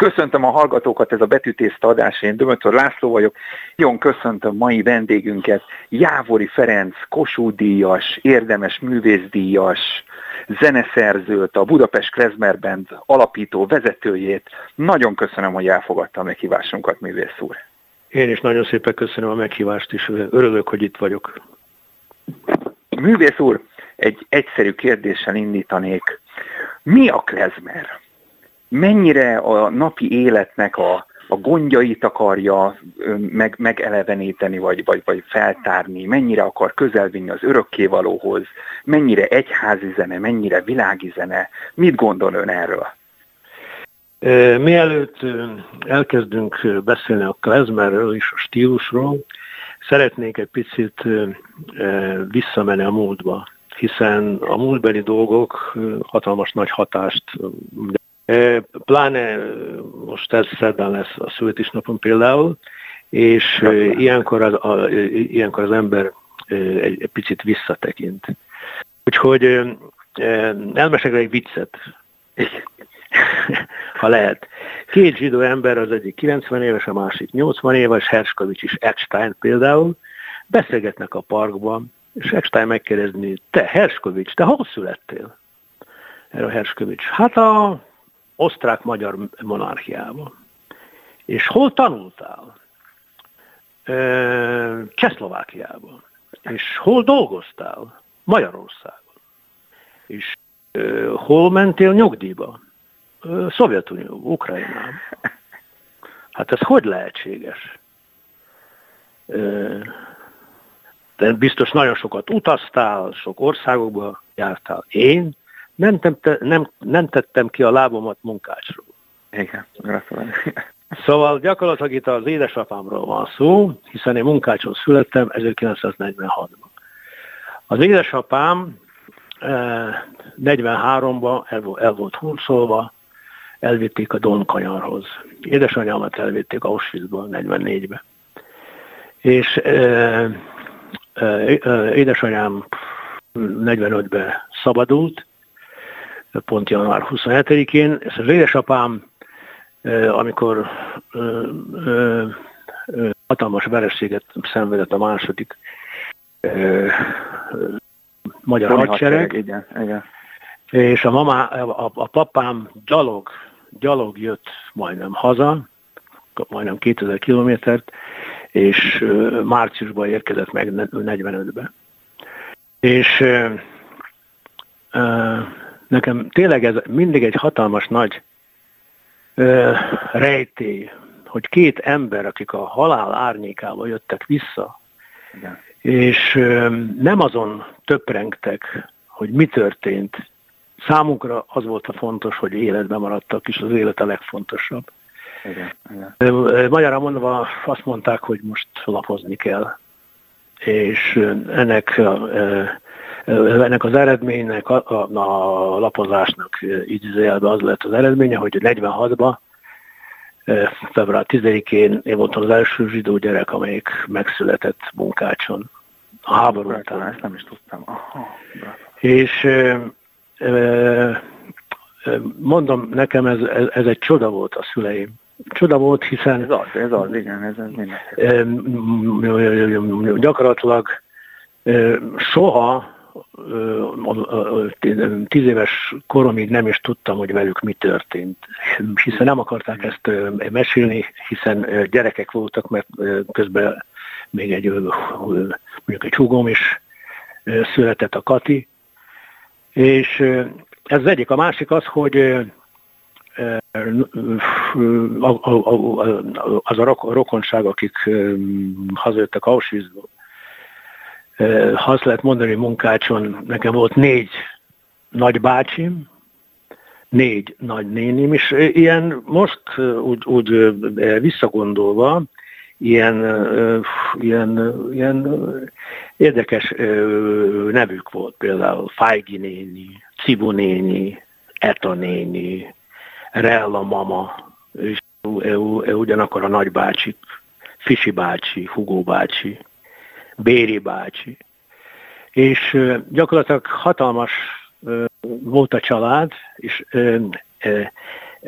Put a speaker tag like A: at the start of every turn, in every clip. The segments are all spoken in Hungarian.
A: Köszöntöm a hallgatókat, ez a Betűtészta adás, én Dömötör László vagyok. Nagyon köszöntöm mai vendégünket, Jávori Ferenc, Kossuth-díjas, érdemes művészdíjas, zeneszerzőt, a Budapest Klezmer Band alapító vezetőjét. Nagyon köszönöm, hogy elfogadta a meghívásunkat, művész úr.
B: Én is nagyon szépen köszönöm a meghívást, és örülök, hogy itt vagyok.
A: Művész úr, egy egyszerű kérdéssel indítanék. Mi a klezmer? Mennyire a napi életnek a gondjait akarja megeleveníteni, vagy feltárni, mennyire akar közelvinni az örökkévalóhoz, mennyire egyházi zene, mennyire világi zene, mit gondol ön erről?
B: Mielőtt elkezdünk beszélni a klezmerről és a stílusról, szeretnék egy picit visszamenni a múltba, hiszen a múltbeli dolgok hatalmas nagy hatást, pláne most ez szerdán lesz a születésnapon például, és ilyenkor az ember egy picit visszatekint. Úgyhogy elmesélek egy viccet, ha lehet. Két zsidó ember, az egyik 90 éves, a másik 80 éves, Herskovics és Eckstein például, beszélgetnek a parkban, és Eckstein megkérdezni, te Herskovics, te hol születtél? Erre a Herskovics, hát a osztrák-magyar monarchiában. És hol tanultál? Csehszlovákiában. És hol dolgoztál? Magyarországon. És hol mentél nyugdíjba? Szovjetunió, Ukrajnában. Hát ez hogy lehetséges? De biztos nagyon sokat utaztál, sok országokba jártál. Én nem tettem ki a lábomat Munkácsról.
A: Igen, gratulálok.
B: Szóval gyakorlatilag itt az édesapámról van szó, hiszen én Munkácson születtem 1946-ban. Az édesapám 43-ban el volt hurcolva, elvitték a Donkanyarhoz. Édesanyámat elvitték Auschwitzba 44-ben. És édesanyám 45-ben szabadult, pont január 27-én, és az édesapám, amikor hatalmas vereséget szenvedett a második magyar hadsereg,
A: igen.
B: És a papám gyalog jött majdnem haza, majdnem 2000 kilométert, és márciusban érkezett meg 45-ben. És nekem tényleg ez mindig egy hatalmas nagy rejtély, hogy két ember, akik a halál árnyékába jöttek vissza, igen. És nem azon töprengtek, hogy mi történt. Számunkra az volt a fontos, hogy életben maradtak, és az élet a legfontosabb. Igen. Magyarán mondva azt mondták, hogy most lapozni kell. És ennek az eredménynek, a lapozásnak idézőjelben az lett az eredménye, hogy 46-ban, február 10-én én voltam az első zsidó gyerek, amelyik megszületett Munkácson. A háború után.
A: Ezt nem is tudtam. Aha,
B: és mondom, nekem ez egy csoda volt a szüleim. Csoda volt, hiszen...
A: Ez az, igen, ez minden.
B: Gyakorlatilag soha 10 éves koromig nem is tudtam, hogy velük mi történt. Hiszen nem akarták ezt mesélni, hiszen gyerekek voltak, mert közben még mondjuk egy húgom is született, a Kati. És ez az egyik. A másik az, hogy az a rokonság, akik hazajöttek Auschwitzból, azt lehet mondani, Munkácson nekem volt 4 nagybácsim, 4 nagynénim, és ilyen most úgy visszagondolva, ilyen érdekes nevük volt, például Fájgi néni, Cibu néni, Eta néni, Rella mama, és ugyanakkor a nagybácsi, Fisi bácsi, Hugó bácsi, Béri bácsi. És gyakorlatilag hatalmas volt a család, és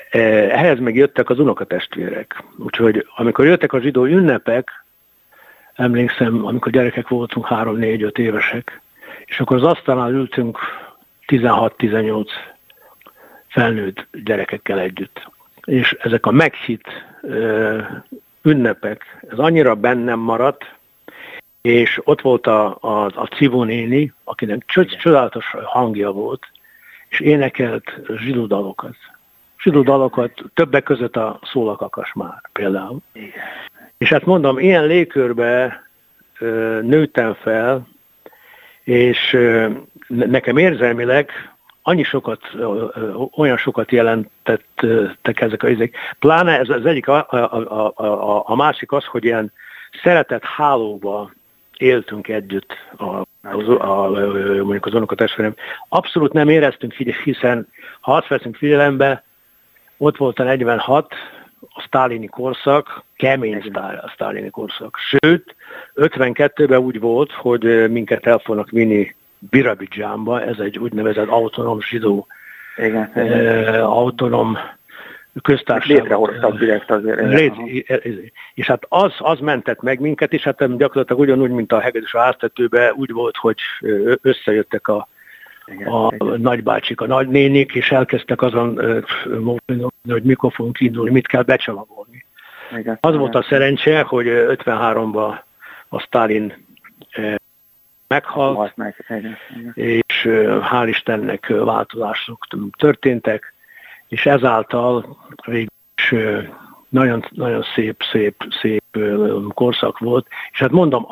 B: Ehhez meg jöttek az unokatestvérek. Úgyhogy amikor jöttek a zsidó ünnepek, emlékszem, amikor gyerekek voltunk, 3-4-5 évesek, és akkor az asztalnál ültünk 16-18 felnőtt gyerekekkel együtt. És ezek a meghitt ünnepek, ez annyira bennem maradt, és ott volt a Civó néni, akinek csodálatos hangja volt, és énekelt zsidó dalokat. Zsidó dalokat, többek között a Szólakakas már például. Igen. És hát mondom, ilyen légkörbe nőttem fel, és nekem érzelmileg olyan sokat jelentettek ezek a izék. Pláne ez az egyik, a másik az, hogy ilyen szeretett hálóba éltünk együtt, mondjuk az unokatestvérem. Abszolút nem éreztünk, hiszen ha azt veszünk figyelembe, ott volt a 46, a sztálini korszak, kemény sztálini korszak. Sőt, 52-ben úgy volt, hogy minket el fognak vinni Birobidzsánba, ez egy úgynevezett autonóm zsidó, autonóm köztársaság.
A: Létrehoztak direkt azért.
B: És hát az mentett meg minket, és hát gyakorlatilag ugyanúgy, mint a Hegedűs háztetőben, úgy volt, hogy összejöttek a nagybácsik, a nagynénik, és elkezdtek azon hogy mikor fogunk indulni, mit kell becsomagolni. Az volt a szerencse, hogy 53-ban a Sztálin meghalt, és hál' Istennek változások történtek, és ezáltal végül is nagyon, nagyon szép korszak volt. És hát mondom,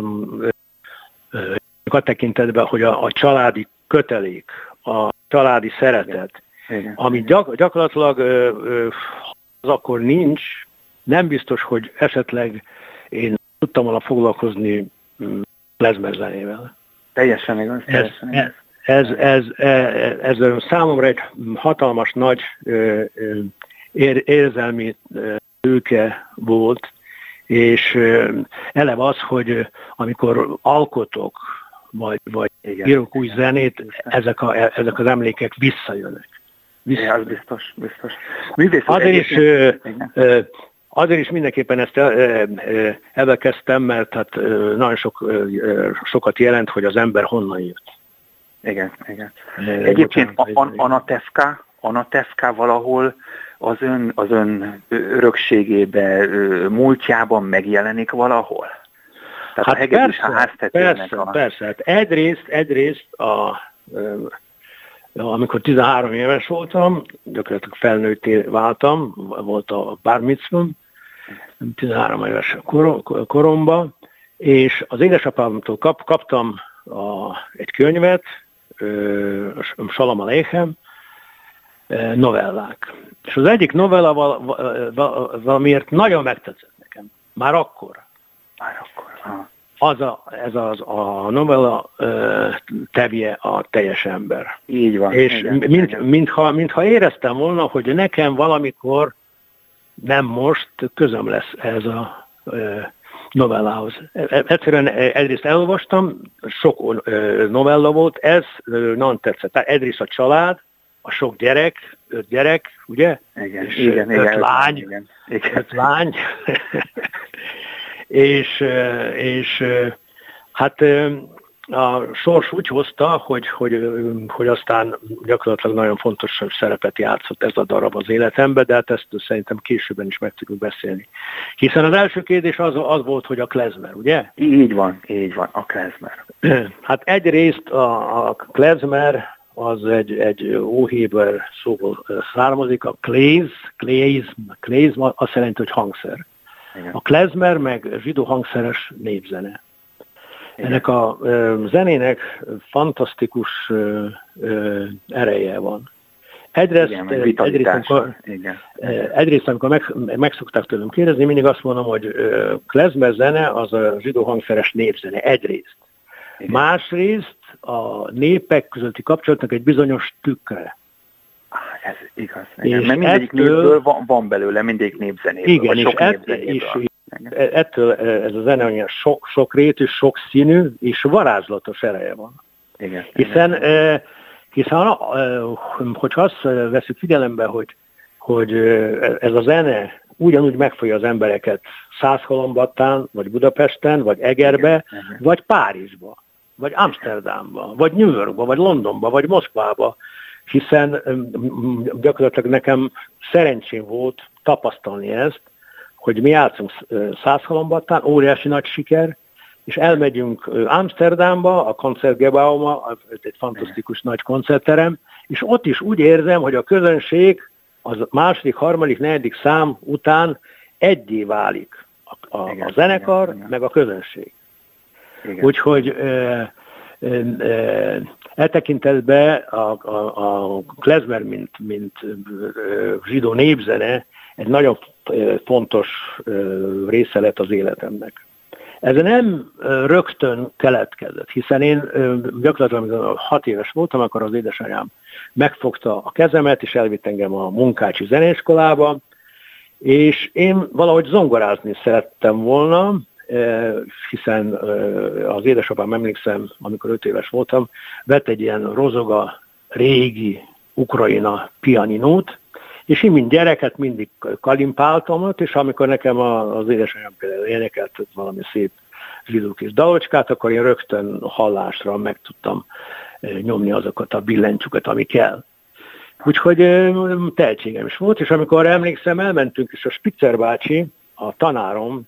B: a tekintetben, hogy a családi kötelék, a családi szeretet, ami gyakorlatilag az akkor nincs, nem biztos, hogy esetleg én tudtam volna foglalkozni klezmer zenével.
A: Teljesen igaz.
B: Ez számomra egy hatalmas nagy érzelmi tőke volt, és eleve az, hogy amikor alkotok, vagy írok új zenét, ezek az emlékek visszajönnek.
A: Az biztos.
B: Azért is mindenképpen ezt elkezdtem, mert hát nagyon sokat jelent, hogy az ember honnan jött.
A: Igen. Egyébként Anatevka valahol az ön örökségébe, múltjában megjelenik valahol? Tehát
B: hát
A: a Hegedűs háztetőnek
B: persze. Hát egyrészt amikor 13 éves voltam, gyakorlatilag felnőtté váltam, volt a bar mitzvám, 13 éves koromban, és az édesapámtól kaptam egy könyvet, Salam Aleichem, novellák. És az egyik novella valamiért nagyon megtetszett nekem. Már akkor. Ez a novella tevje a teljes ember.
A: Így van.
B: És mintha éreztem volna, hogy nekem valamikor, nem most, közöm lesz ez a novellához. Egyszerűen egyrészt elolvastam, sok novella volt, ez nagyon tetszett. Tehát egyrészt a család, a sok gyerek, 5 gyerek, ugye?
A: Igen,
B: 5 lány. 5 lány. és hát a sors úgy hozta, hogy aztán gyakorlatilag nagyon fontos szerepet játszott ez a darab az életemben, de hát ezt szerintem későbben is meg tudjuk beszélni. Hiszen az első kérdés az volt, hogy a klezmer, ugye?
A: Így van, a klezmer.
B: Hát egyrészt a klezmer az egy óhéber szóból származik, a kléz, azt jelenti, hogy hangszer. Igen. A klezmer meg zsidó hangszeres népzene. Igen. Ennek a zenének fantasztikus ereje van. Egyrészt, amikor meg szokták tőlem kérdezni, mindig azt mondom, hogy klezmer zene az a zsidó hangszeres népzene. Egyrészt. Igen. Másrészt a népek közötti kapcsolatnak egy bizonyos tükre.
A: Ez igaz. Mert mindegyik népből van belőle, mindegyik népzenéből.
B: Igen, és ettől ez a zene olyan sok rétű, sok színű, és varázslatos ereje van.
A: Igen.
B: Hiszen hogyha azt veszük figyelembe, hogy hogy ez a zene ugyanúgy megfogja az embereket Szászhalombattán, vagy Budapesten, vagy Egerbe, vagy Párizsba, vagy Amsterdamba, vagy New Yorkba, vagy Londonba, vagy Moszkvába, hiszen gyakorlatilag nekem szerencsém volt tapasztalni ezt, hogy mi játszunk Szászhalombattán, óriási nagy siker, és elmegyünk Amsterdamba, a Concertgebouwba, egy fantasztikus nagy koncertterem, és ott is úgy érzem, hogy a közönség az második, harmadik, negyedik szám után egyé válik a zenekar, meg a közönség. Igen. Úgyhogy tekintetben a klezmer, mint zsidó népzene egy nagyon fontos része lett az életemnek. Ez nem rögtön keletkezett, hiszen én gyakorlatilag 6 éves voltam, akkor az édesanyám megfogta a kezemet, és elvitt engem a Munkácsi Zeneiskolába, és én valahogy zongorázni szerettem volna, hiszen az édesapám, emlékszem, amikor 5 éves voltam, vett egy ilyen rozoga régi Ukrajna pianinót, és én, mint gyereket mindig kalimpáltam ott, és amikor nekem az édesanyám például énekelt valami szép zsidó kis dalocskát, akkor én rögtön hallásra meg tudtam nyomni azokat a billentyűket, ami kell. Úgyhogy tehetségem is volt, és amikor emlékszem, elmentünk, és a Spitzer bácsi, a tanárom,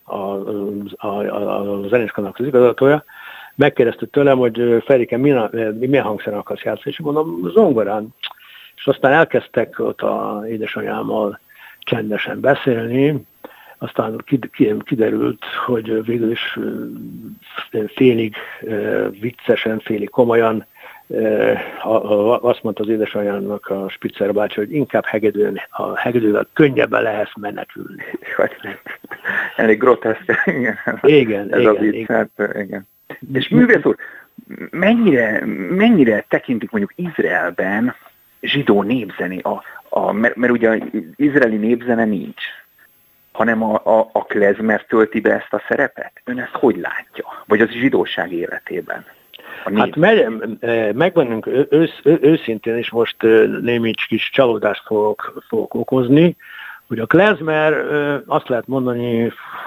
B: a zeneiskolának az igazgatója, megkérdezte tőlem, hogy Ferike, milyen hangszeren akarsz játszani, és mondom, zongorán. És aztán elkezdtek ott az édesanyámmal csendesen beszélni, aztán kiderült, hogy végül is félig viccesen, félig komolyan azt mondta az édesanyának a Spitzer bácsi, hogy inkább hegedűvel könnyebben lehet menekülni.
A: Elég groteszk.
B: Igen.
A: Ez a vicc, hát, igen. És művész úr, mennyire tekintjük mondjuk Izraelben zsidó népzené, mert ugye az izraeli népzene nincs, hanem a klezmer tölti be ezt a szerepet? Ön ezt hogy látja? Vagy az zsidóság életében?
B: Hát megvennünk őszintén, és most némi kis csalódást fogok okozni, hogy a klezmer, azt lehet mondani,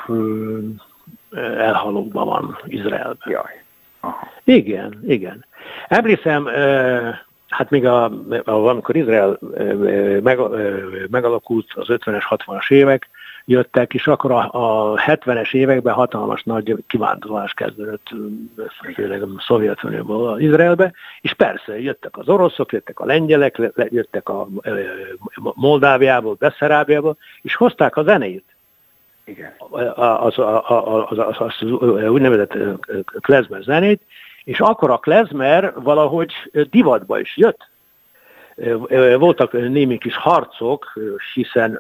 B: elhalóban van Izraelben.
A: Jaj. Aha.
B: Igen. Emlékszem, hát még amikor Izrael megalakult, az 50-es, 60-as évek jöttek, és akkor a 70-es években hatalmas nagy kivándorlás kezdődött, főleg a Szovjetunióból Izraelbe, és persze jöttek az oroszok, jöttek a lengyelek, jöttek a Moldáviából, Beszarábiából, és hozták a zenét.
A: Igen.
B: Az úgynevezett klezmer zenét, és akkor a klezmer valahogy divatba is jött. Voltak némi kis harcok, hiszen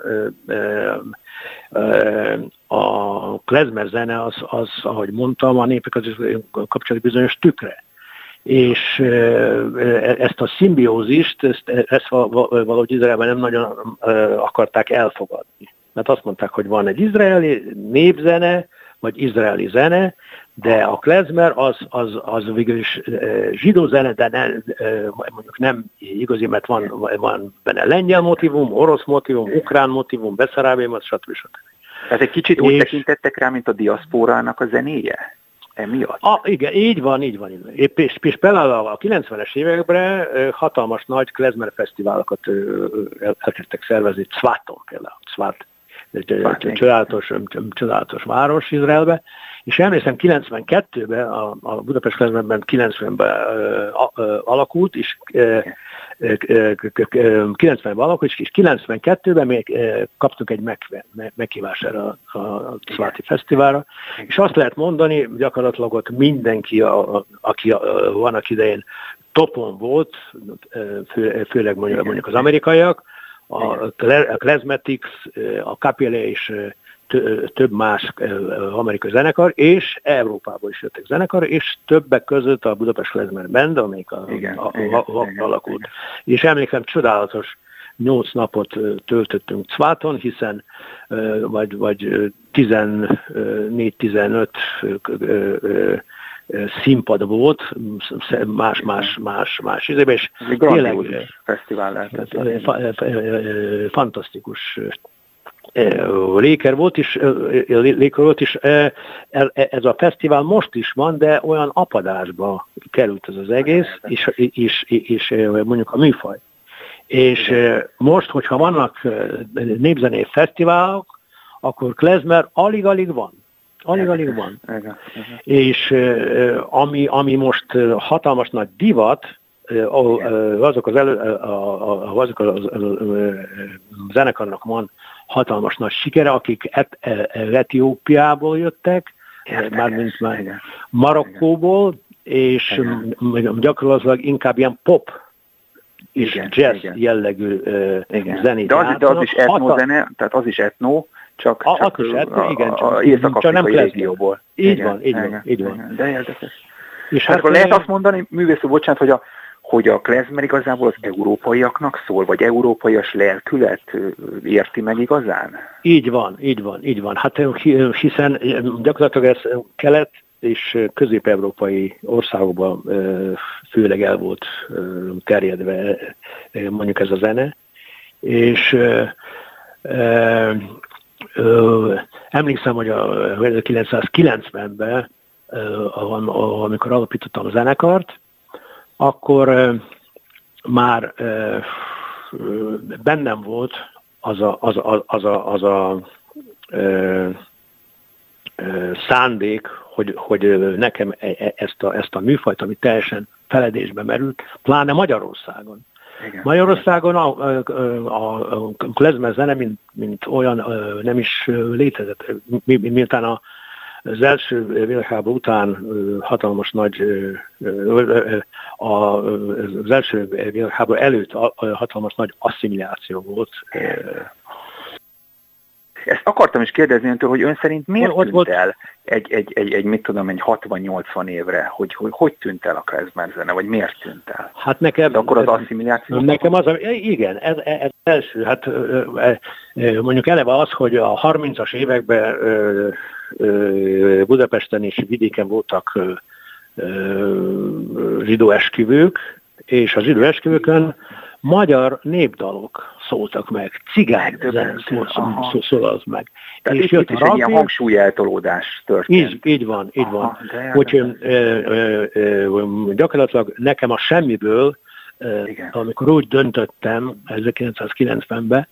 B: a klezmer zene az, ahogy mondtam, a népek az kapcsolat bizonyos tükre. És ezt a szimbiózist, ezt valahogy Izraelben nem nagyon akarták elfogadni. Mert azt mondták, hogy van egy izraeli népzene, vagy izraeli zene, de a klezmer az végül is zsidó zene, de mondjuk nem igazi, mert van benne lengyel motivum, orosz motivum, ukrán motivum, Beszarábiában, stb.
A: Ez egy kicsit úgy tekintettek rá, mint a diaszpórának a zenéje? Emiatt?
B: Igen, így van. És például a 90-es években hatalmas nagy klezmer fesztiválokat elkezdtek szervezni, Tzváton például, Tzvát. Csodálatos város Izraelbe, és emlékszem 92-ben, a Budapest Klezmerben 90-ben alakult, és 90-ben alakult, és 92-ben még kaptunk egy meghívást erre a Tzváti Fesztiválra, és azt lehet mondani, gyakorlatilag ott mindenki, aki vannak idején topon volt, főleg mondjuk az amerikaiak, a Klezmetics, a Capella és több más amerikai zenekar, és Európából is jöttek zenekar, és többek között a Budapest Klezmer Band, amelyik alakult. És emlékszem, csodálatos 8 napot töltöttünk Tzváton, hiszen vagy 14-15 színpad volt, más időben, és
A: tényleg fesztivál lehetett.
B: Fantasztikus léker volt is, ez a fesztivál most is van, de olyan apadásba került ez az egész, és mondjuk a műfaj. És most, hogyha vannak népzenei fesztiválok, akkor klezmer alig-alig van. Alig-alig van. És ami most hatalmas nagy divat, azok a zenekarnak van hatalmas nagy sikere, akik Etiópiából jöttek, mármint már Marokkóból, és gyakorlatilag inkább ilyen pop és jazz jellegű zenét játszanak.
A: De az is etnozene, tehát az is etno, csak észak-afrikai régióból.
B: Így van.
A: De érdekes. És hát akkor lehet azt mondani, művész úr, bocsánat, hogy a klezmer igazából az európaiaknak szól, vagy európaias lelkület érti meg igazán?
B: Így van. Hát hiszen gyakorlatilag ez kelet és közép-európai országokban főleg el volt terjedve mondjuk ez a zene, és emlékszem, hogy a 1990-ben, amikor alapítottam a zenekart, akkor már bennem volt az a szándék, hogy nekem ezt a műfajt, ami teljesen feledésbe merült, pláne Magyarországon. Igen. Magyarországon a klezmer zene, mint olyan nem is létezett. Miután az első világháború után hatalmas nagy, az első világháború előtt hatalmas nagy asszimiláció volt.
A: Ezt akartam is kérdezni öntől, hogy ön szerint miért tűnt el egy 60-80 évre, hogy tűnt el a klezmer zene, vagy miért tűnt el?
B: Hát nekem...
A: De akkor az asszimiláció?
B: Nekem igen, ez első, hát mondjuk eleve az, hogy a 30-as években Budapesten és vidéken voltak zsidó esküvők, és a zsidó esküvőkön magyar népdalok szóltak meg, cigány zene szólalt meg.
A: Tehát és jött egy ilyen hangsúlyeltolódás történt.
B: Így van. Úgyhogy gyakorlatilag nekem a semmiből, amikor úgy döntöttem 1990-ben,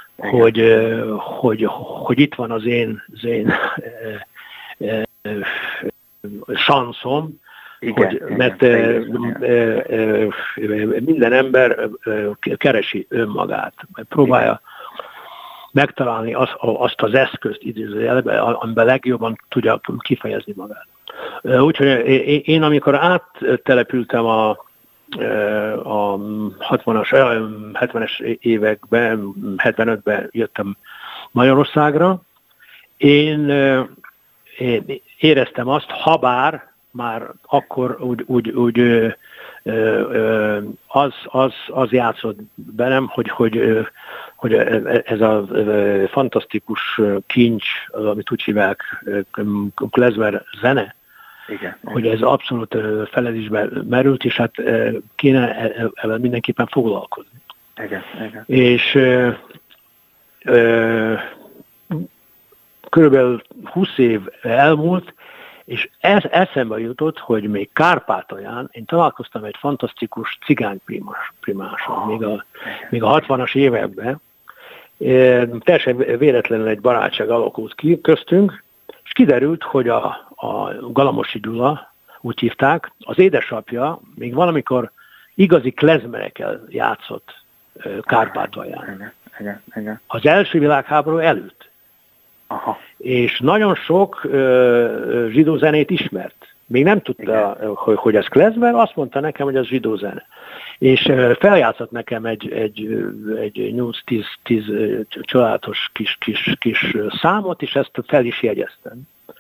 B: hogy itt van az én sanszom, mert minden ember keresi önmagát, próbálja megtalálni azt az eszközt idézőjelben, amiben legjobban tudja kifejezni magát. Úgyhogy én amikor áttelepültem a 70-es években, 75-ben jöttem Magyarországra, én éreztem azt, habár már akkor az játszott bennem, hogy ez a fantasztikus kincs, amit úgy hívják klezmer zene,
A: igen,
B: hogy ez abszolút feledésbe merült, és hát kéne ezzel mindenképpen foglalkozni.
A: Igen.
B: És körülbelül 20 év elmúlt, és ez eszembe jutott, hogy még Kárpátalján én találkoztam egy fantasztikus cigányprimással, még a 60-as években. Teljesen véletlenül egy barátság alakult ki köztünk, és kiderült, hogy a Galamosi Gyula, úgy hívták, az édesapja még valamikor igazi klezmerekkel játszott Kárpátalján.
A: Igen.
B: Az első világháború előtt.
A: Aha.
B: És nagyon sok zsidó zenét ismert. Még nem tudta, hogy ez klezmer, azt mondta nekem, hogy ez zsidó zene. És feljátszott nekem egy 8-10 családos kis számot, és ezt fel is jegyeztem.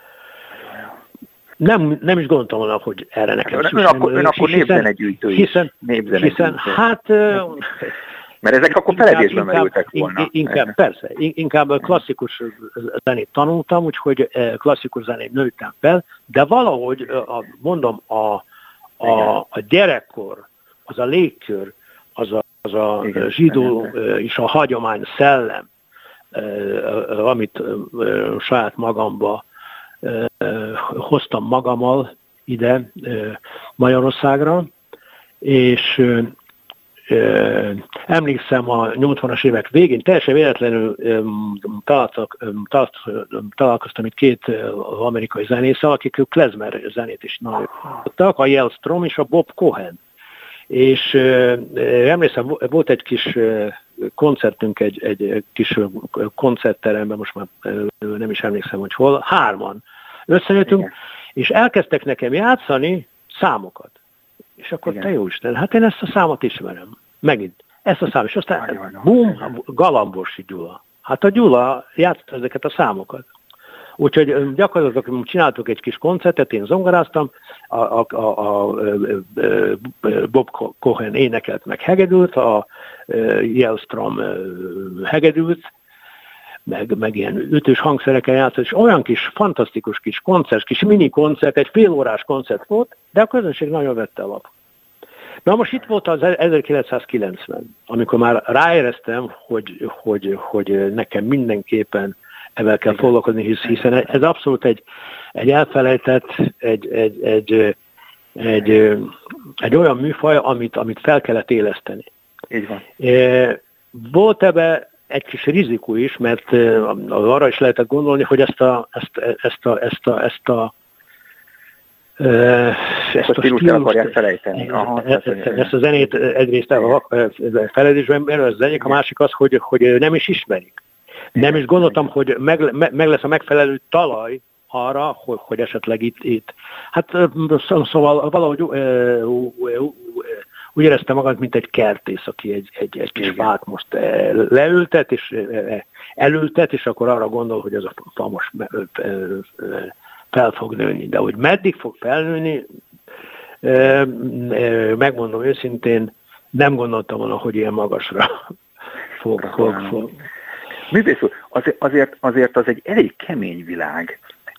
B: Nem is gondoltam volna, hogy erre nekem
A: szükségem. Ön akkor népzenegyűjtő is.
B: Hiszen hát
A: Mert ezek akkor feledésben merültek volna.
B: Inkább klasszikus zenét tanultam, úgyhogy klasszikus zenét nőttem fel, de valahogy, mondom, a gyerekkor, az a légkör, az a zsidó és a hagyomány szellem, amit saját magamba hoztam magammal ide Magyarországra, és emlékszem a 80-as évek végén, teljesen véletlenül találkoztam itt két amerikai zenésszel, akik klezmer zenét is hallottak, a Yale Strom és a Bob Cohen. És emlékszem, volt egy kis koncertünk, egy kis koncertteremben, most már nem is emlékszem, hogy hol, 3-an összejöttünk, és elkezdtek nekem játszani számokat. És akkor te jó Isten, hát én ezt a számot ismerem. Megint. Ezt a számot. És aztán bum, Galambossy Gyula. Hát a Gyula játszott ezeket a számokat. Úgyhogy gyakorlatilag csináltuk egy kis koncertet, én zongoráztam, a Bob Cohen énekelt meg hegedült, a Yale Strom hegedült, meg ilyen ütős hangszerekkel játszott, és olyan kis fantasztikus kis koncert, kis mini koncert, egy félórás koncert volt, de a közönség nagyon vette alap. Na most itt volt az 1990, amikor már ráéreztem, hogy nekem mindenképpen ezzel kell foglalkozni, hiszen ez abszolút egy elfelejtett, egy olyan műfaj, amit fel kellett éleszteni.
A: Így van.
B: Volt ebbe egy kis rizikó is, mert arra is lehetett gondolni, hogy ezt a
A: stílust el akarják felejteni.
B: Ezt a zenét egyrészt felejtésben merül az egyik, a másik az, hogy nem is ismerik. Nem is gondoltam, hogy meg lesz a megfelelő talaj arra, hogy esetleg itt. Hát szóval valahogy úgy éreztem magam, mint egy kertész, aki egy kis fát most leültet, és elültet, és akkor arra gondol, hogy ez a fa most fel fog nőni. De hogy meddig fog felnőni, megmondom őszintén, nem gondoltam volna, hogy ilyen magasra fog.
A: Művész úr, azért az egy elég kemény világ,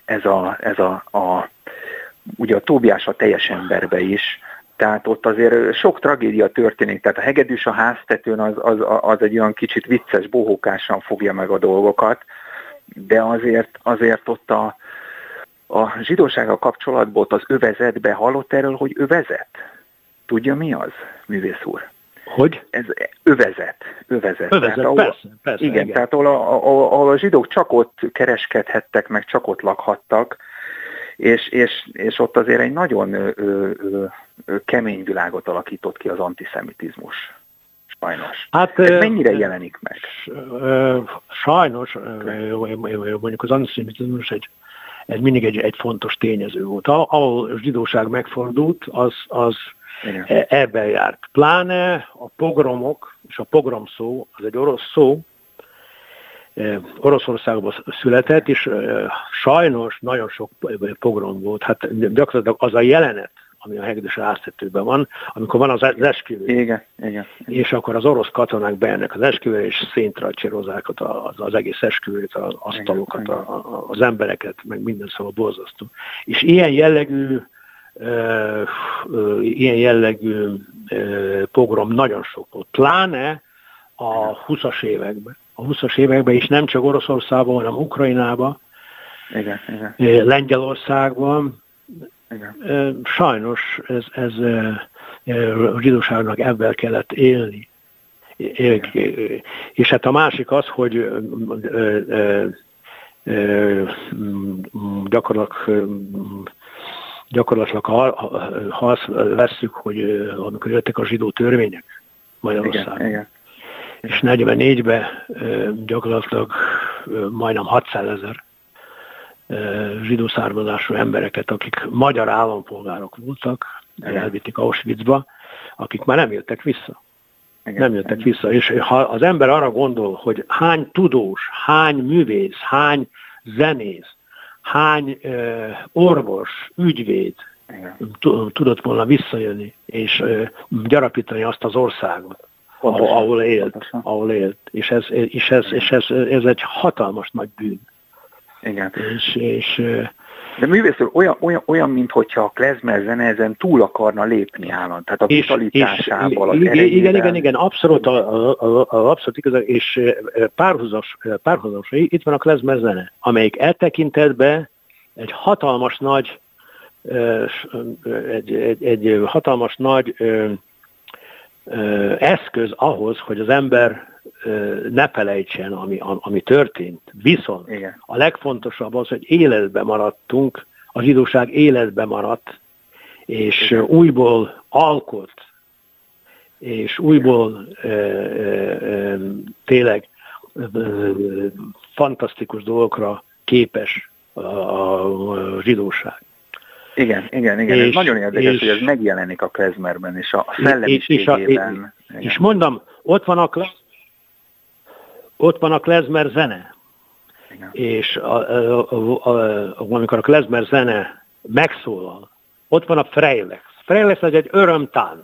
A: ugye a Tóbiás a teljes emberbe is, tehát ott azért sok tragédia történik, tehát a hegedűs a háztetőn az egy olyan kicsit vicces, bohókásan fogja meg a dolgokat, de azért ott a zsidósággal kapcsolatban ott az övezetbe hallott erről, hogy övezet? Tudja mi az, művész úr?
B: Hogy?
A: Ez övezet.
B: Tehát, persze.
A: Igen, tehát ahol a zsidók csak ott kereskedhettek, meg csak ott lakhattak, és ott azért egy nagyon kemény világot alakított ki az antiszemitizmus. Sajnos. Hát, ez mennyire jelenik meg?
B: Sajnos, mondjuk az antiszemitizmus ez mindig egy fontos tényező volt. Ahol a zsidóság megfordult, az ebben járt. Pláne a pogromok, és a pogrom szó, az egy orosz szó, Oroszországban született, és sajnos nagyon sok pogrom volt. Hát gyakorlatilag az a jelenet, ami a hegedűs háztetőben van, amikor van az esküvő.
A: Igen.
B: És akkor az orosz katonák bejönnek az esküvőre, és széntrajcsérozzák az egész esküvőt, az asztalokat, az embereket, meg minden, szóval borzasztó. És ilyen jellegű pogrom nagyon sok volt. Pláne a 20-as években. A 20-as években is nem csak Oroszországban, hanem Ukrajnában, Lengyelországban. Igen. Sajnos ez a zsidóságnak ebben kellett élni. És hát a másik az, hogy gyakorlatilag ha azt vesszük, hogy amikor jöttek a zsidó törvények Magyarországon, igen. És 44-ben gyakorlatilag majdnem 600 000 zsidó származású embereket, akik magyar állampolgárok voltak, elvitték Auschwitzba, akik már nem jöttek vissza. Nem jöttek vissza. És ha az ember arra gondol, hogy hány tudós, hány művész, hány zenész, hány orvos, ügyvéd tudott volna visszajönni, és gyarapítani azt az országot, ahol élt. És ez egy hatalmas nagy bűn.
A: Igen.
B: És
A: de művész úr, olyan minthogyha a klezmer zene ezen túl akarna lépni állandóan, tehát a vitalitásával, az erejével.
B: Igen, abszolút igaz, és párhuzamosan itt van a klezmer zene, amelyik eltekintetben egy hatalmas nagy eszköz ahhoz, hogy az ember ne felejtsen, ami történt. Viszont igen. A legfontosabb az, hogy életben maradtunk, a zsidóság életben maradt, és igen. Újból alkot, és újból tényleg fantasztikus dolgokra képes a zsidóság.
A: Igen. Ez nagyon érdekes, hogy ez megjelenik a klezmerben, és a szellemiségében.
B: És mondom, ott van a klezmer zene. Igen. És amikor a klezmer zene megszólal, ott van a Freilex. Freilex az egy örömtánc.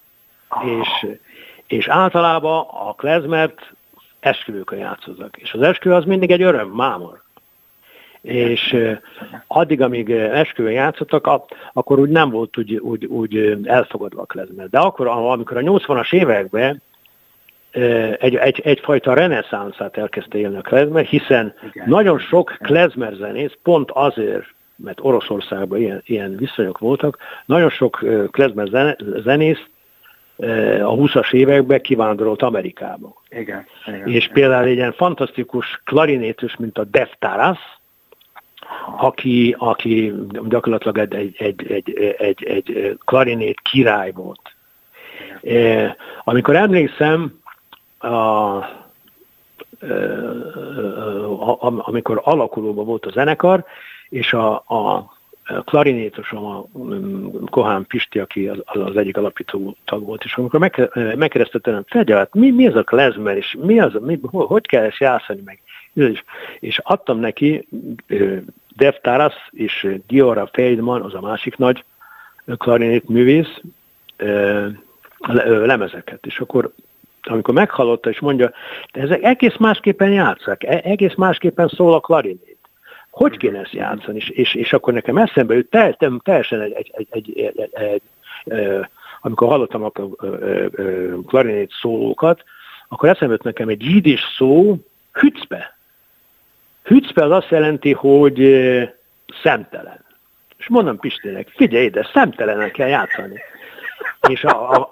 B: És általában a klezmert esküvőkön játszottak. És az esküvő az mindig egy öröm, mámor. És addig, amíg esküvőn játszottak, akkor úgy nem volt úgy elfogadva a klezmer. De akkor, amikor a 80-as években egyfajta reneszánszát elkezdte élni a klezmer, hiszen nagyon sok klezmer zenész, pont azért, mert Oroszországban ilyen viszonyok voltak, nagyon sok klezmer zenész a 20-as években kivándorolt Amerikába.
A: Igen.
B: És például egy ilyen fantasztikus klarinétus, mint a Def Taras, aki gyakorlatilag egy klarinét király volt. Amikor emlékszem, amikor alakulóban volt a zenekar, és a klarinétosom, a Kohán Pisti, aki az egyik alapító tag volt, és amikor megkérdezte tőlem, Fegyelát, mi ez a klezmer, és hogy kell ezt játszani meg? És adtam neki Def Taras és Giora Feldman, az a másik nagy klarinét művész, lemezeket. És akkor, amikor meghallotta, és mondja, de ezek egész másképpen játszák, egész másképpen szól a klarinét. Hogy kéne ezt játszani? És akkor nekem eszembe jut teljesen amikor hallottam a klarinét szólókat, akkor eszembe jut nekem egy jiddis szó, hützpe. Hützpe az azt jelenti, hogy szemtelen. És mondom Pistének, figyelj ide, szemtelenen kell játszani. És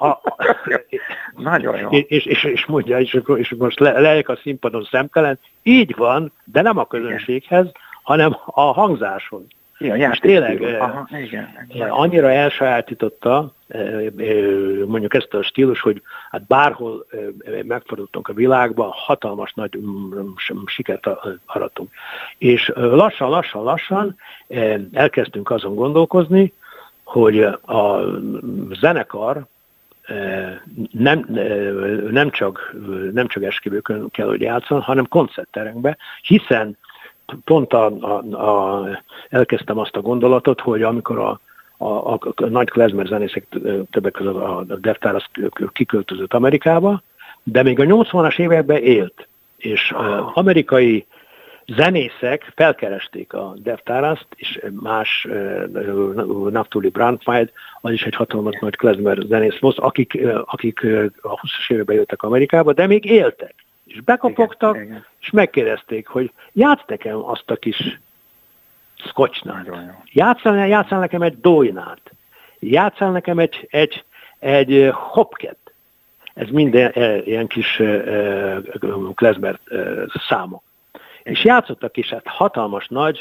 A: nagyon jó.
B: És mondja, és most lejek a színpadon szemtelen, így van, de nem a közönséghez, hanem a hangzáshoz.
A: Igen,
B: és tényleg annyira elsajátította mondjuk ezt a stílus, hogy hát bárhol megfordultunk a világban, hatalmas nagy sikert aratunk. És lassan elkezdtünk azon gondolkozni, hogy a zenekar nem csak esküvőkön kell, hogy játszon, hanem koncertteremben, hiszen pont elkezdtem azt a gondolatot, hogy amikor a nagy klezmer zenészek, többek között a Def Taras kiköltözött Amerikába, de még a 80-as években élt, és amerikai zenészek felkeresték a Def Tarast, és más Naftali Brandtweid, az is egy hatalmas nagy klezmer zenész volt, akik a 20-as években jöttek Amerikába, de még éltek. És bekopogtak, igen. És megkérdezték, hogy játsz nekem azt a kis Scotchnát. Játszál nekem egy Doinát. Játszál nekem egy Hopket. Ez minden ilyen kis klezmer számok. És játszottak is, hát hatalmas nagy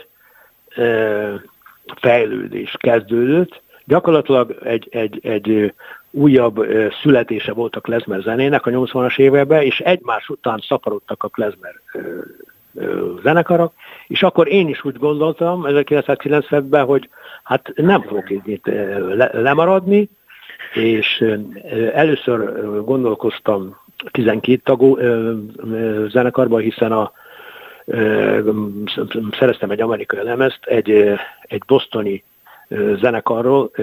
B: fejlődés kezdődött. Gyakorlatilag egy újabb születése volt a klezmer zenének a 80-as években, és egymás után szaporodtak a klezmer zenekarok, és akkor én is úgy gondoltam 1990-ben, hogy hát nem fogok itt lemaradni, és először gondolkoztam 12 tagú zenekarban, hiszen szereztem egy amerikai lemezt, egy bostoni zenekarról,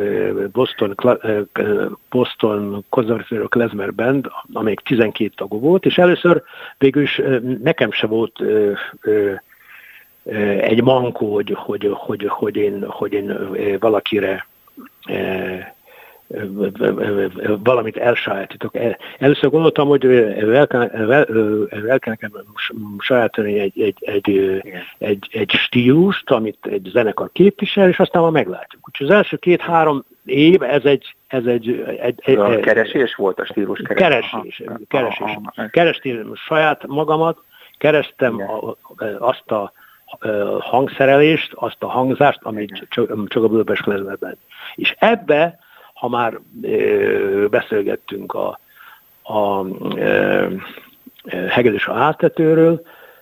B: Boston Conservatory Klezmer Band, amelyik 12 tagú volt, és először végül is nekem se volt egy mankó, hogy én valakire valamit elsajátítok. Először gondoltam, hogy el kell sajátítani egy stílust, amit egy zenekar képvisel, és aztán már meglátjuk. Úgyhogy az első 2-3 év ez egy
A: keresés volt a stílus
B: keresés. Kerestem saját magamat, kerestem azt a hangszerelést, azt a hangzást, amit csak a Budapest Klezmerben. És ebbe, ha már beszélgettünk a hegedűs a háztetőről,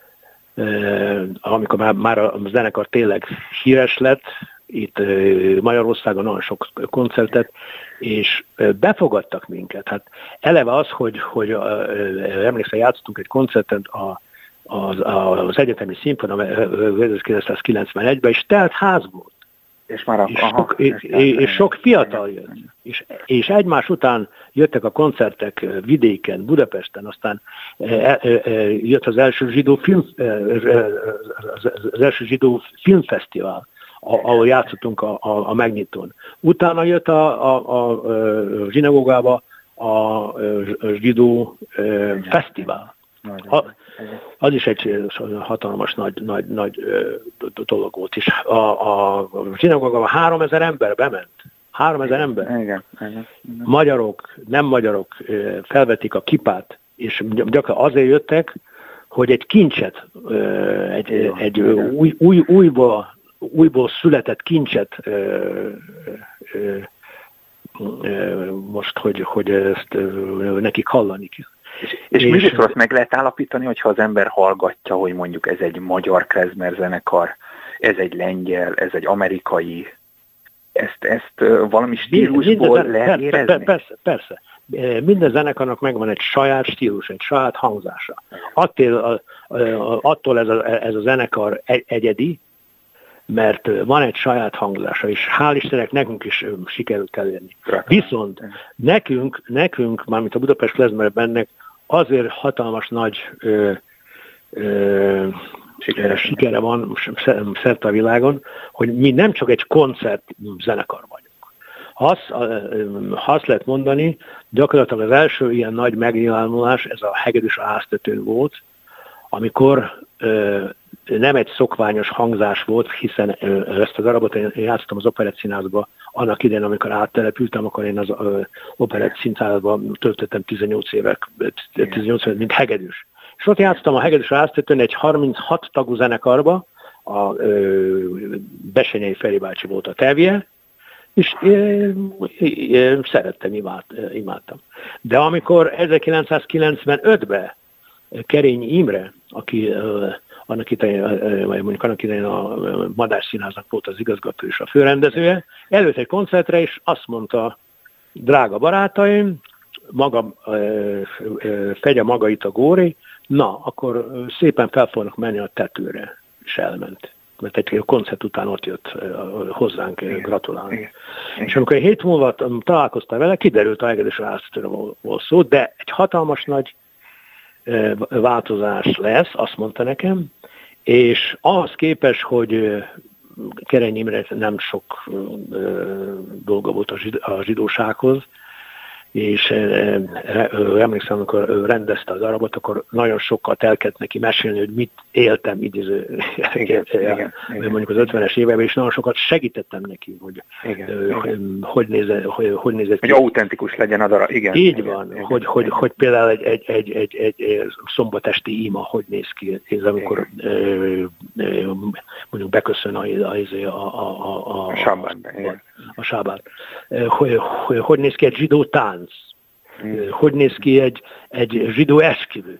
B: amikor már a zenekar tényleg híres lett, itt Magyarországon nagyon sok koncertet, és befogadtak minket. Hát eleve az, hogy emlékszem, játszottunk egy koncertet az egyetemi színpadon 1991-ben, és telt ház volt. És sok fiatal jött. És egymás után jöttek a koncertek vidéken, Budapesten, aztán jött az első zsidó filmfesztivál, ahol játszottunk a megnyitón. Utána jött a zsinagógába a zsidó fesztivál. Az is egy hatalmas nagy dolog volt is. A zsinagógában 3000 ember bement. 3000 ember.
A: Igen.
B: Magyarok, nem magyarok felvetik a kipát, és gyakran azért jöttek, hogy egy kincset, egy újból született kincset most, hogy ezt nekik hallani kell.
A: És művészről azt meg lehet állapítani, hogyha az ember hallgatja, hogy mondjuk ez egy magyar klezmer zenekar, ez egy lengyel, ez egy amerikai, ezt valami stílusból lehet érezni?
B: Persze. Minden zenekarnak megvan egy saját stílus, egy saját hangzása. Attól ez a zenekar egyedi, mert van egy saját hangzása, és hál' Istennek nekünk is sikerült elérni. Viszont nekünk, mármint a Budapest Klezmer Bandnek azért hatalmas nagy sikere van szerte a világon, hogy mi nem csak egy koncert zenekar vagyunk. Azt lehet mondani, gyakorlatilag az első ilyen nagy megnyilvánulás, ez a Hegedűs a háztetőn volt, amikor nem egy szokványos hangzás volt, hiszen ezt a darabot én játszottam az Operett Színházba, annak idején, amikor áttelepültem, akkor én az Operett Színházban töltöttem 18 évet, mint hegedűs. És ott játszottam a Hegedűs háztetőn egy 36 tagú zenekarba, a Bessenyei Feri bácsi volt a tevje, és szerettem, imádtam. De amikor 1995-ben Kerény Imre, aki annak idején a Madách Színháznak volt az igazgató és a főrendezője, előtt egy koncertre, és azt mondta, drága barátaim, fegye maga itt a Góri, na, akkor szépen fel fognak menni a tetőre, és elment. Mert egy koncert után ott jött hozzánk gratulálni. Igen. És amikor egy hét múlva találkoztam vele, kiderült a Hegedűs a háztetőről volt szó, de egy hatalmas nagy változás lesz, azt mondta nekem, és ahhoz képest, hogy Kerény Imre nem sok dolga volt a zsidósághoz, és emlékszem, amikor rendezte a darabot, akkor nagyon sokat el kellett neki mesélni, hogy mit éltem mondjuk az 50-es években, és nagyon sokat segítettem neki, hogy nézett ki.
A: Hogy autentikus legyen a darab, igen.
B: Így van, hogy például egy szombatesti ima hogy néz ki, ez amikor mondjuk beköszön a sábán. Hogy néz ki egy zsidó tánc? Hogy néz ki egy zsidó esküvő?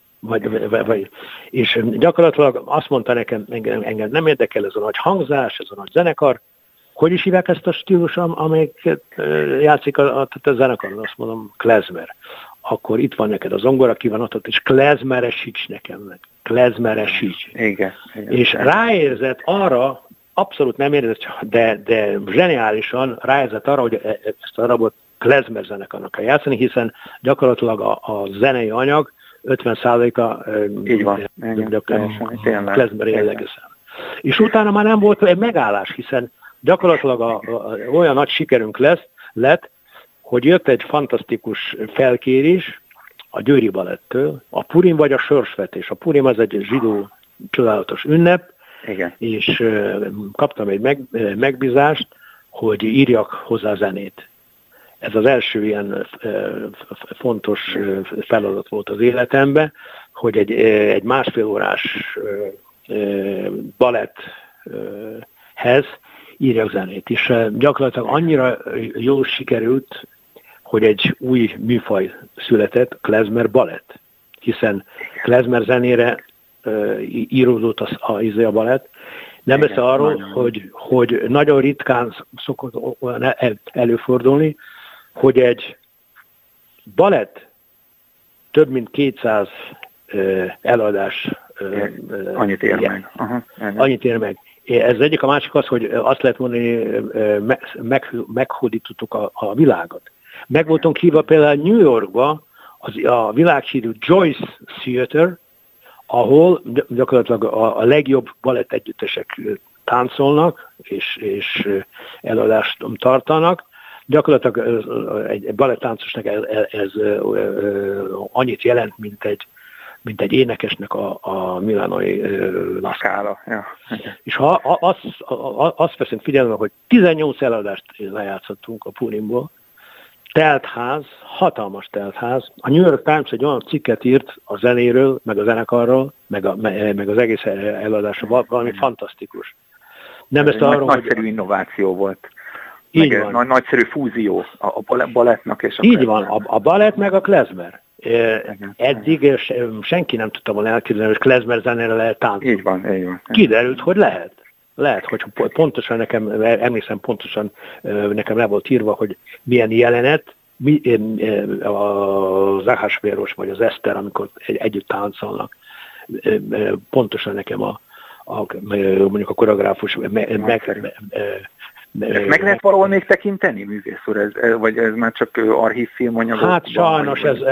B: És gyakorlatilag azt mondta nekem, engem nem érdekel ez a nagy hangzás, ez a nagy zenekar. Hogy is hívják ezt a stílus, amelyiket játszik a zenekaron? Azt mondom, klezmer. Akkor itt van neked a zongora, ki van ott, és klezmeresíts nekem meg. Klezmeresíts.
A: Igen.
B: És ráérzett arra, abszolút nem érzett, de zseniálisan ráérzett arra, hogy ezt a darabot klezmer zenekarnak kell játszani, hiszen gyakorlatilag a zenei anyag 50%-a klezmer jellegű szám. És utána már nem volt egy megállás, hiszen gyakorlatilag olyan nagy sikerünk lett, hogy jött egy fantasztikus felkérés a Győri Balettől, a Purim vagy a Sorsvetés. A Purim az egy zsidó csodálatos ünnep,
A: igen.
B: És kaptam egy megbízást, hogy írjak hozzá zenét. Ez az első ilyen fontos feladat volt az életemben, hogy egy másfél órás baletthez írjak zenét. És gyakorlatilag annyira jól sikerült, hogy egy új műfaj született, klezmer balett. Hiszen klezmer zenére íródott a balett. Nem beszél arról, hogy nagyon ritkán szokott előfordulni, hogy egy balett több mint 200 előadás
A: annyit ér meg.
B: Annyit ér meg. Ez egyik, a másik az, hogy azt lehet mondani, meghódítottuk a világot. Meg voltunk hívva például New Yorkba, a világhírű Joyce Theater, ahol gyakorlatilag a legjobb balett együttesek táncolnak, és előadást tartanak. Gyakorlatilag egy balettáncosnak ez annyit jelent, mint egy énekesnek a milánói
A: Scala. Ja.
B: És ha azt veszünk figyelembe, hogy 18 előadást lejátszottunk a Purimból, teltház, hatalmas teltház. A New York Times egy olyan cikket írt a zenéről, meg a zenekarról, meg az egész előadásról, valami fantasztikus. Nem ezt arról,
A: nagyszerű innováció volt.
B: Így van.
A: Nagyszerű fúzió a balettnak és a
B: így van, a balett meg a klezmer. Eddig senki nem tudta volna elképzelni, hogy klezmer zenére lehet táncolni.
A: Így van.
B: Kiderült, hogy lehet. Lehet, hogy pontosan nekem, emlékszem pontosan, nekem le volt írva, hogy milyen jelenet, az Ahasvéros vagy az Eszter, amikor együtt táncolnak, pontosan nekem mondjuk a koreográfus
A: ezt meg lehet valahol még tekinteni, művész úr? Vagy ez már csak archívfilmanyagok?
B: Hát sajnos, ez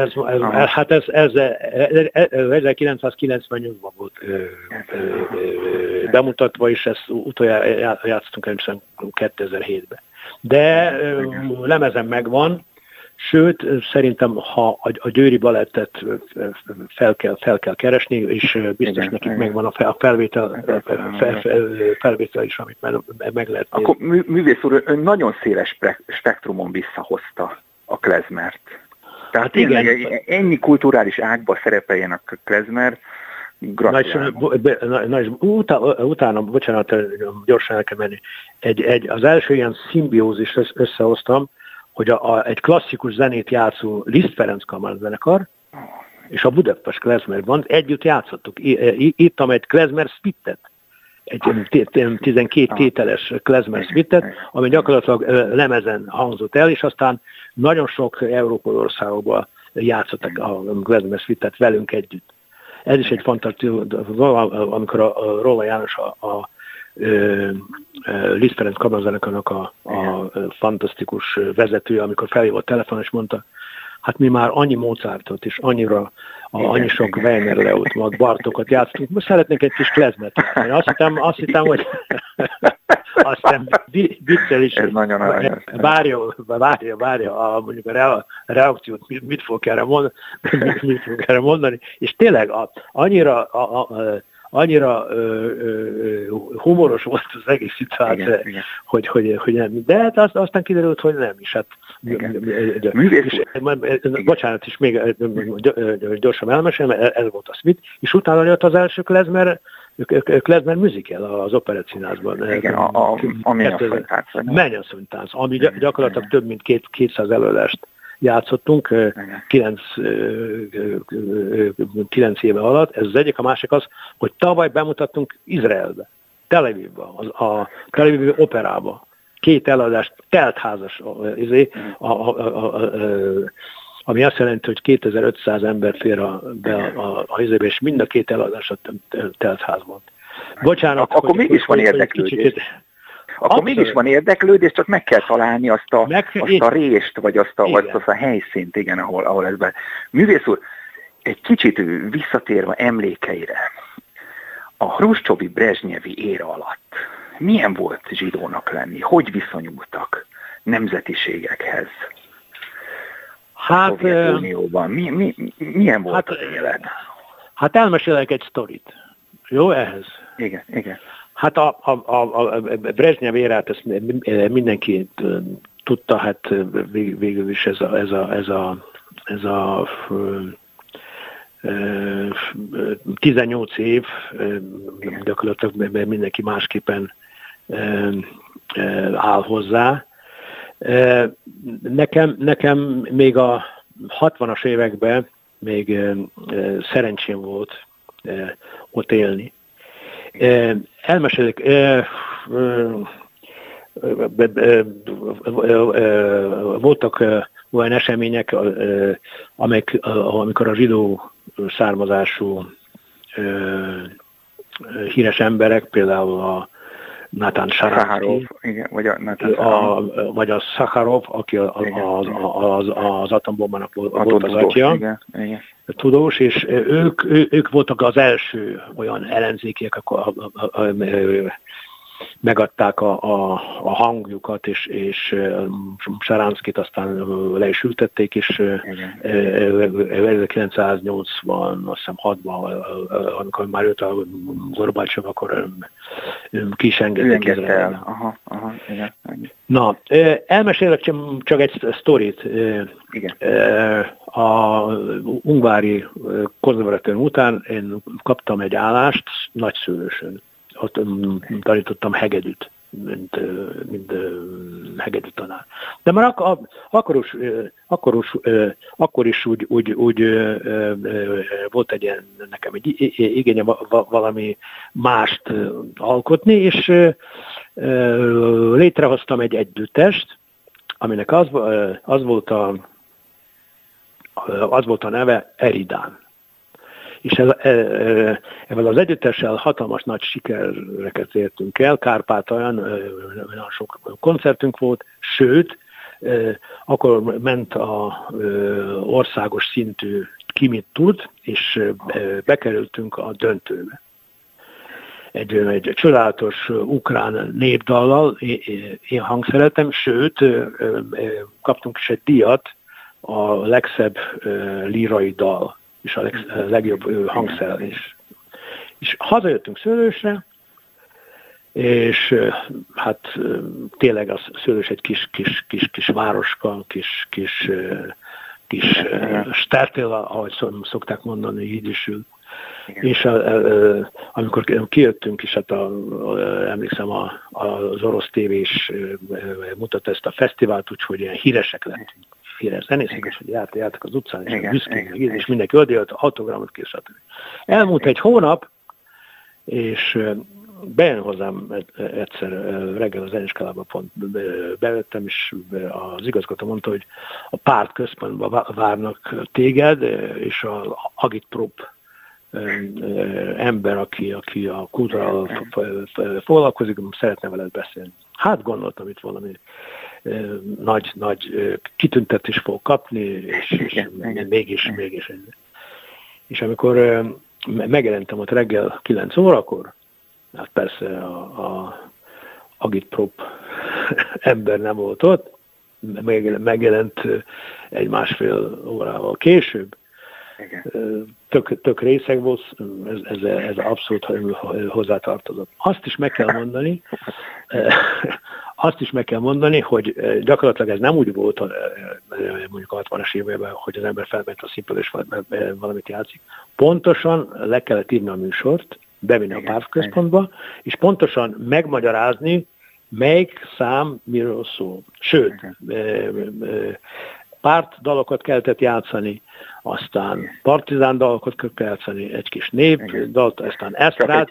B: 1998-ban volt bemutatva, és ezt utoljára játszottunk először 2007-ben. De lemezen megvan, sőt, szerintem, ha a Győri Balettet fel kell keresni, és biztos nekik megvan a felvétel is, amit meg lehet nézni.
A: Akkor művész úr, ön nagyon széles spektrumon visszahozta a klezmert. Tehát hát igen. Ennyi kulturális ágba szerepeljen a klezmer,
B: utána, bocsánat, gyorsan el kell menni, az első ilyen szimbiózist összehoztam, hogy egy klasszikus zenét játszó Liszt Ferenc kamarazenekar és a Budapest Klezmer Band együtt játszottuk. Ittam egy klezmer suite-et, egy 12 tételes klezmer suite-et, ami gyakorlatilag lemezen hangzott el, és aztán nagyon sok európai országokban játszottak a klezmer suite-et velünk együtt. Ez is egy fantasztikus, amikor a Róla János a Liszt Ferenc kamarazenekarnak a fantasztikus vezetője, amikor felhívott telefonon, és mondta, hát mi már annyi Mozartot és annyi sok Weiner Leót, meg Bartókot játszottunk, most szeretnénk egy kis klezmert játszani. Azt hittem, hogy aztán viccel is.
A: Ez nagyon aranyos.
B: Várja, mondjuk a reakciót, mit fog erre mondani, és tényleg annyira humoros volt az egész szituáció, hogy nem. De hát aztán kiderült, hogy nem is. Hát, bocsánat, és még gyorsan elmesélem, ez volt a Smith, és utána jött az első klezmer musical az Operettszínházban.
A: Igen, a
B: Mennyasszonytánc, ami gyakorlatilag több mint 200 előadást játszottunk 9 éve alatt. Ez az egyik, a másik az, hogy tavaly bemutattunk Izraelbe, Tel Avivba, a Tel Aviv operába. 2 előadást teltházas, ami azt jelenti, hogy 2500 ember fér be a izébe, és mind a 2 előadás a teltház volt. Bocsánat.
A: Akkor mégis van érdeklődés. Akkor mégis van érdeklődés, csak meg kell találni azt a rést, vagy azt a helyszínt, igen, ahol ez be. Művész úr, egy kicsit visszatérve emlékeire, a Hruscsovi Brezsnyevi éra alatt milyen volt zsidónak lenni? Hogy viszonyultak nemzetiségekhez? Hát, a Szovjetunióban. Milyen volt az élet?
B: Hát elmesélek egy sztorit. Jó ehhez?
A: Igen.
B: Hát a Brezsnyev érát ezt mindenki tudta, hát végül is ez a 18 év, gyakorlatilag mindenki másképpen áll hozzá. Nekem még a 60-as években még szerencsém volt ott élni. Elmesélik, voltak olyan események, amikor a zsidó származású híres emberek, például a Natan Sharansky, vagy a Sakharov, aki az atombombának volt az atya, tudós, és ők voltak az első olyan ellenzékiek, megadták a hangjukat, és Sharanskit aztán le is ültették, és 1980, azt hiszem 6-ban, amikor már jött a Gorbacsov, akkor ki is engedték Izraelbe.
A: Igen.
B: Na, elmesélek csak egy sztorit. A ungvári konzervatórium után én kaptam egy állást Nagyszőlősön. Ott tanítottam hegedűt, mint hegedű tanár. De már akkor is úgy volt nekem egy igénye valami mást alkotni, és létrehoztam egy együttest, aminek az volt a neve Eridán. És ezzel az együttessel hatalmas nagy sikereket értünk el, Kárpátalján olyan sok koncertünk volt, sőt, akkor ment a országos szintű Ki mit tud, és bekerültünk a döntőbe. Egy csodálatos ukrán népdallal, én hangszereltem, sőt, kaptunk is egy díjat, a legszebb lírai dal, és a legjobb hangszerelés. És hazajöttünk Szőlősre, és hát tényleg a Szőlős egy kis városka, kis stártél, ahogy szokták mondani, így is ül. És amikor kijöttünk, és hát emlékszem az orosz tévés mutatta ezt a fesztivált, úgyhogy ilyen híresek lettünk. Híres zenészek, és hogy jártak az utcán, és büszkék, és mindenki odajött, autogramot készített. Elmúlt egy hónap, és bejön hozzám egyszer reggel a zenéskalába pont bevettem, és az igazgató mondta, hogy a párt központban várnak téged, és az agitprop ember, aki a kultúrával foglalkozik, szeretne veled beszélni. Hát gondoltam, itt valami nagy kitüntetést fog kapni, és mégis. És amikor megjelentem ott reggel 9 órakor, hát persze a agitprop ember nem volt ott, megjelent egy másfél órával később. Tök részeg volt, ez abszolút hozzátartozott. Azt is meg kell mondani, hogy gyakorlatilag ez nem úgy volt mondjuk 60-as években, hogy az ember felment a színpadra és valamit játszik. Pontosan le kellett írni a műsort, bevinni a pártközpontba, és pontosan megmagyarázni, melyik szám miről szól. Sőt, pártdalokat kellett játszani, aztán partizán dalokat kellett játszani, egy kis népdalt, aztán esztrát,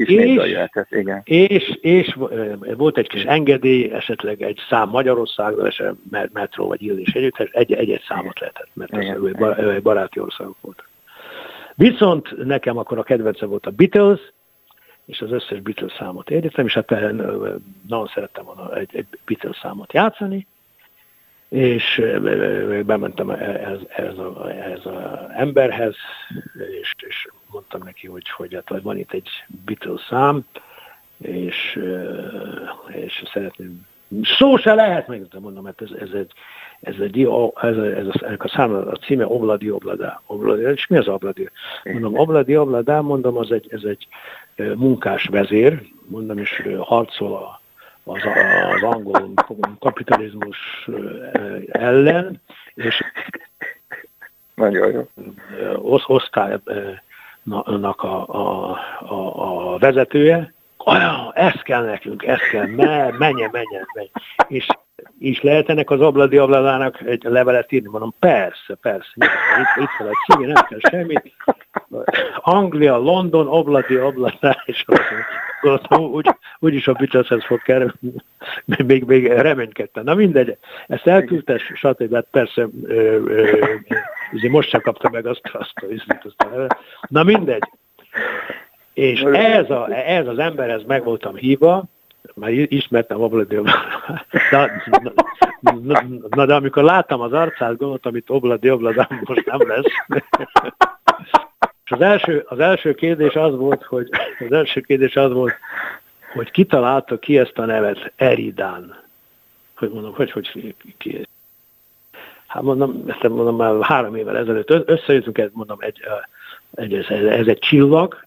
B: és volt egy kis engedély, esetleg egy szám Magyarországról, esetleg metró vagy Illés együttes, egy számot lehetett, mert ez baráti országok volt. Viszont nekem akkor a kedvence volt a Beatles, és az összes Beatles számot értem, és hát nagyon szerettem volna egy Beatles számot játszani, és bementem ehhez az emberhez, és mondtam neki, hogy hát van itt egy Beatles szám, és szeretném, szó se lehet, meg mondom, mert ennek a számnak a címe Obladi Oblada. És mi az Obladi? Mondom, Obladi Oblada, mondom, ez egy munkás vezér, mondom, és harcol az angol kapitalizmus ellen, és
A: nagyon jó.
B: Osztálynak a vezetője, ez kell nekünk, menjen. És lehet ennek az Obladi Obladának egy levelet írni? Mondom, persze. Itt fel egy szívi, nem kell semmit. Anglia, London, Obladi Obladá, és úgyis a Beatleshez fog kerülni. Még reménykedtem. Na mindegy, ezt elküldte, stb. Hát persze, most sem kapta meg azt a levelet. Na mindegy. És ez az emberhez meg voltam hívva, már ismertem Obladi Obladát, de amikor láttam az arcát, gondoltam, itt Obladi Obladám most nem lesz. És az első kérdés az volt, hogy kitalálta ki ezt a nevet, Eridan. Hogy mondom, hogy ki? Hát mondom, már 3 évvel ezelőtt összejöttünk, mondom, ez egy csillag,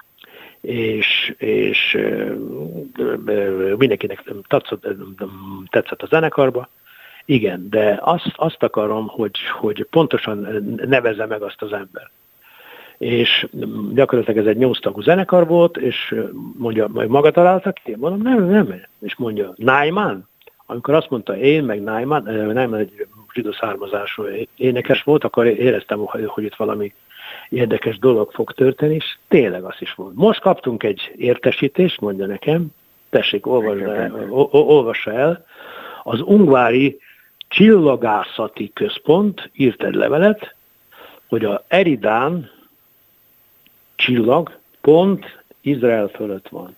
B: és mindenkinek tetszett a zenekarba. Igen, de azt akarom, hogy pontosan nevezze meg azt az ember. És gyakorlatilag ez egy 8 tagú zenekar volt, és mondja, majd maga találtak ki? Mondom, nem. És mondja, Nyman? Amikor azt mondta én, meg Nyman egy zsidó származású énekes volt, akkor éreztem, hogy itt valami érdekes dolog fog történni, és tényleg az is volt. Most kaptunk egy értesítést, mondja nekem, tessék, olvassa el, az Ungvári Csillagászati Központ írt egy levelet, hogy a Eridan csillag pont Izrael fölött van.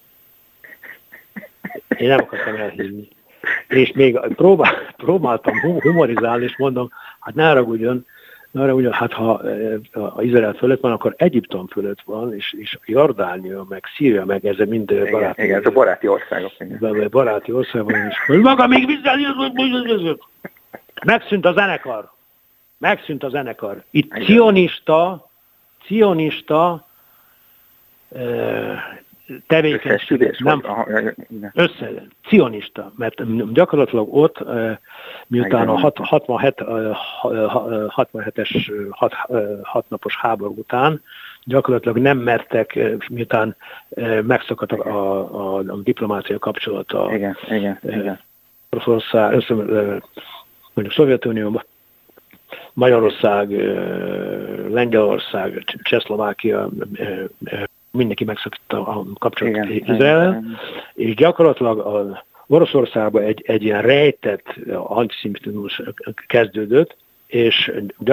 B: Én nem akartam elhinni. És még próbáltam humorizálni, és mondom, hát ne haragudjon, hát ha Izrael fölött van, akkor Egyiptom fölött van, és Jordánia, meg Szíria, meg ez mind baráti.
A: Igen, ez a baráti országok.
B: Baráti országok is. Maga még megszűnt a zenekar. Itt cionista tevékenység. Cionista, mert gyakorlatilag ott, miután a 67-es 6 napos háború után gyakorlatilag nem mertek, miután megszakadt a diplomácia kapcsolata.
A: Igen.
B: Oroszország, mondjuk Szovjetunió, Magyarország, Lengyelország, Csehszlovákia, mindenki megszakította a kapcsolatot Izraellel, és gyakorlatilag az Oroszországban egy ilyen rejtett antiszemitizmus kezdődött, és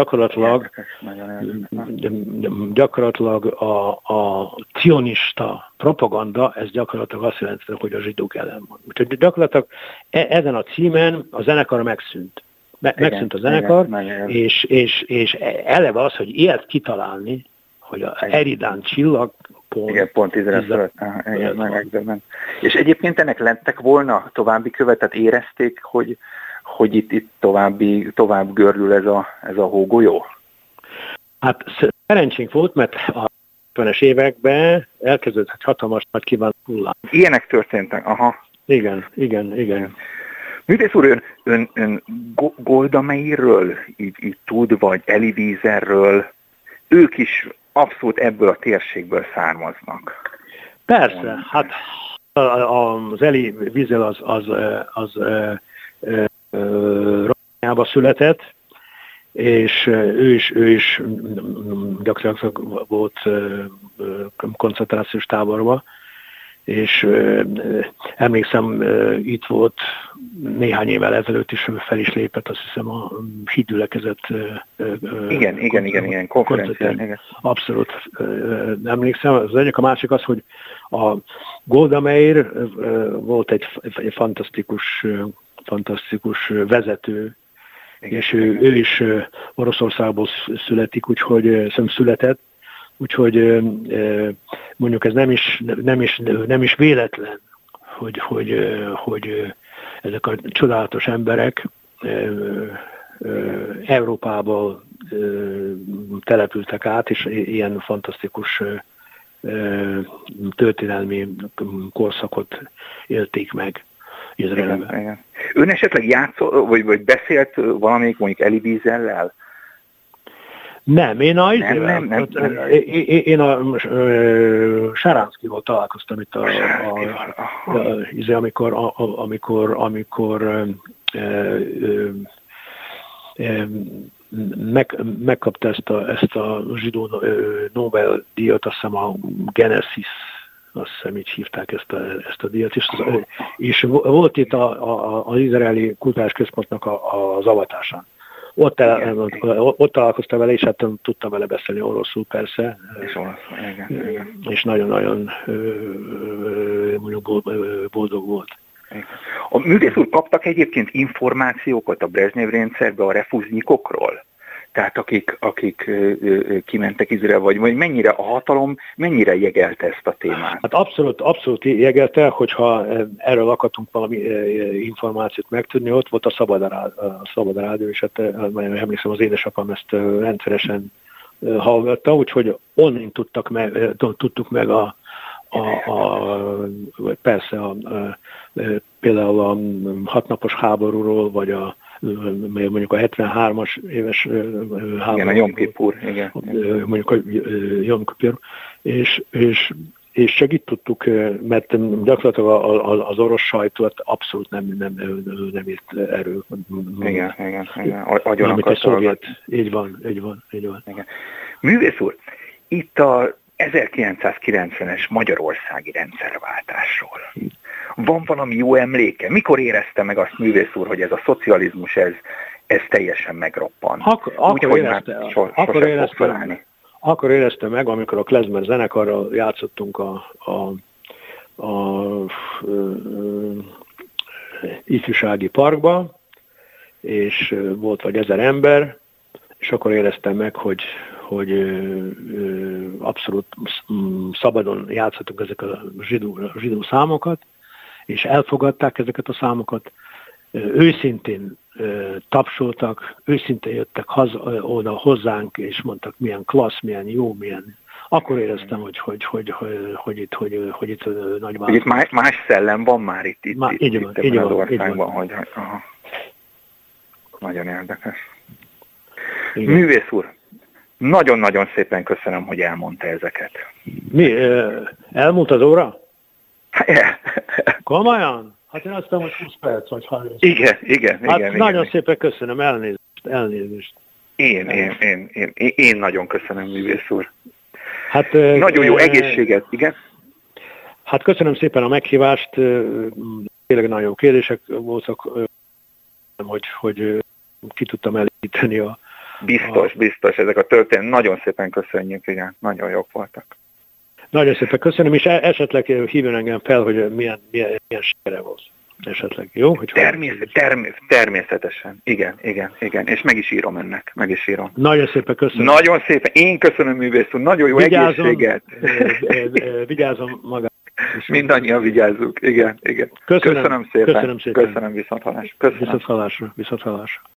B: gyakorlatilag a cionista propaganda, ez gyakorlatilag azt jelenti, hogy a zsidók ellen van. Úgyhogy gyakorlatilag ezen a címen a zenekar megszűnt. Megszűnt a zenekar, és eleve az, hogy ilyet kitalálni, hogy a Eridan csillag
A: pont Izrael fölött. És egyébként ennek lettek volna további követet, érezték, hogy itt tovább gördül ez a hógolyó?
B: Hát szerencsénk volt, mert a 50-es években elkezdődött egy hatalmas nagy kívánt hullám.
A: Ilyenek történtek, aha.
B: Igen.
A: Művész úr, ön Golda Meirről így tud, vagy Elie Wieserről, ők is abszolút ebből a térségből származnak.
B: Persze, hát az Elie Wiesel az Romániában született, és ő is gyakorlatilag volt koncentrációs táborban, és emlékszem, itt volt néhány évvel ezelőtt is fel is lépett, azt hiszem a hídgyülekezet
A: igen, konferencián.
B: Abszolút emlékszem. Az egyik, a másik az, hogy a Golda Meir volt egy fantasztikus vezető, igen, és ő is Oroszországból született, úgyhogy mondjuk ez nem is véletlen, hogy ezek a csodálatos emberek Európából települtek át, és ilyen fantasztikus történelmi korszakot élték meg Izraelben.
A: Igen. Ön esetleg játszott, vagy beszélt valamelyik mondjuk Elie Wiesellel?
B: Nem, én a Sharanskyval találkoztam itt amikor megkapta ezt a zsidó Nobel-díjat, azt hiszem a Genesis, azt hiszem így hívták ezt a díjat, és volt itt az izraeli kulturális központnak az avatásán. Ott találkoztam vele, és hát tudtam vele beszélni oroszul persze. És nagyon-nagyon boldog volt.
A: A művész úr, kaptak egyébként információkat a Brezsnyev rendszerbe a refuznyikokról? Tehát akik kimentek Izraelbe, vagy mennyire a hatalom, mennyire jegelte ezt a témát?
B: Hát abszolút jegelte, hogyha erről akartunk valami információt megtudni, ott volt a Szabad Rádió, és hát emlékszem, az édesapám ezt rendszeresen hallgatta, úgyhogy onnan tudtuk meg persze például a 6 napos háborúról, vagy mondjuk a 73-as éves háború.
A: Igen, a Jom Kippur, igen.
B: Mondjuk a Jom Kippur, és csak itt tudtuk, mert gyakorlatilag az orosz sajtót abszolút nem írt erről.
A: Igen.
B: Amit a szovjet. Így van. Igen.
A: Művész úr, itt a 1990-es magyarországi rendszerváltásról. Van valami jó emléke? Mikor érezte meg azt, művész úr, hogy ez a szocializmus, ez teljesen megroppan?
B: Akkor érezte meg, amikor a klezmer zenekarral játszottunk a ifjúsági parkba, és volt vagy 1000 ember, és akkor éreztem meg, hogy abszolút szabadon játszottunk ezek a zsidó számokat, és elfogadták ezeket a számokat, őszintén tapsoltak, őszintén jöttek oda hozzánk, és mondtak, milyen klassz, milyen jó, milyen... Akkor éreztem, hogy itt nagy változás.
A: Itt más szellem van már itt ebben az országban, hogy nagyon érdekes. Igen. Művész úr, nagyon-nagyon szépen köszönöm, hogy elmondta ezeket.
B: Mi? Elmúlt az óra? Komolyan? Hát én azt mondom, hogy 20 perc vagy 30.
A: Igen.
B: Nagyon szépen köszönöm, elnézést.
A: Én nagyon köszönöm, művész úr.
B: Hát,
A: nagyon jó egészséget, igen.
B: Hát köszönöm szépen a meghívást, tényleg nagyon jó kérdések voltak, hogy ki tudtam elégíteni a...
A: Biztos, ezek a történet, nagyon szépen köszönjük, igen, nagyon jók voltak.
B: Nagyon szépen köszönöm, és esetleg hívjon engem fel, hogy milyen sikere volt. Esetleg, jó?
A: Természetesen, igen, és meg is írom ennek,
B: Nagyon szépen köszönöm.
A: Nagyon szépen, én köszönöm, művész úr, nagyon jó egészséget.
B: Vigyázom magam.
A: Mindannyian vigyázzuk, igen. Köszönöm szépen.
B: Köszönöm
A: viszonthallásra.
B: Viszonthallásra.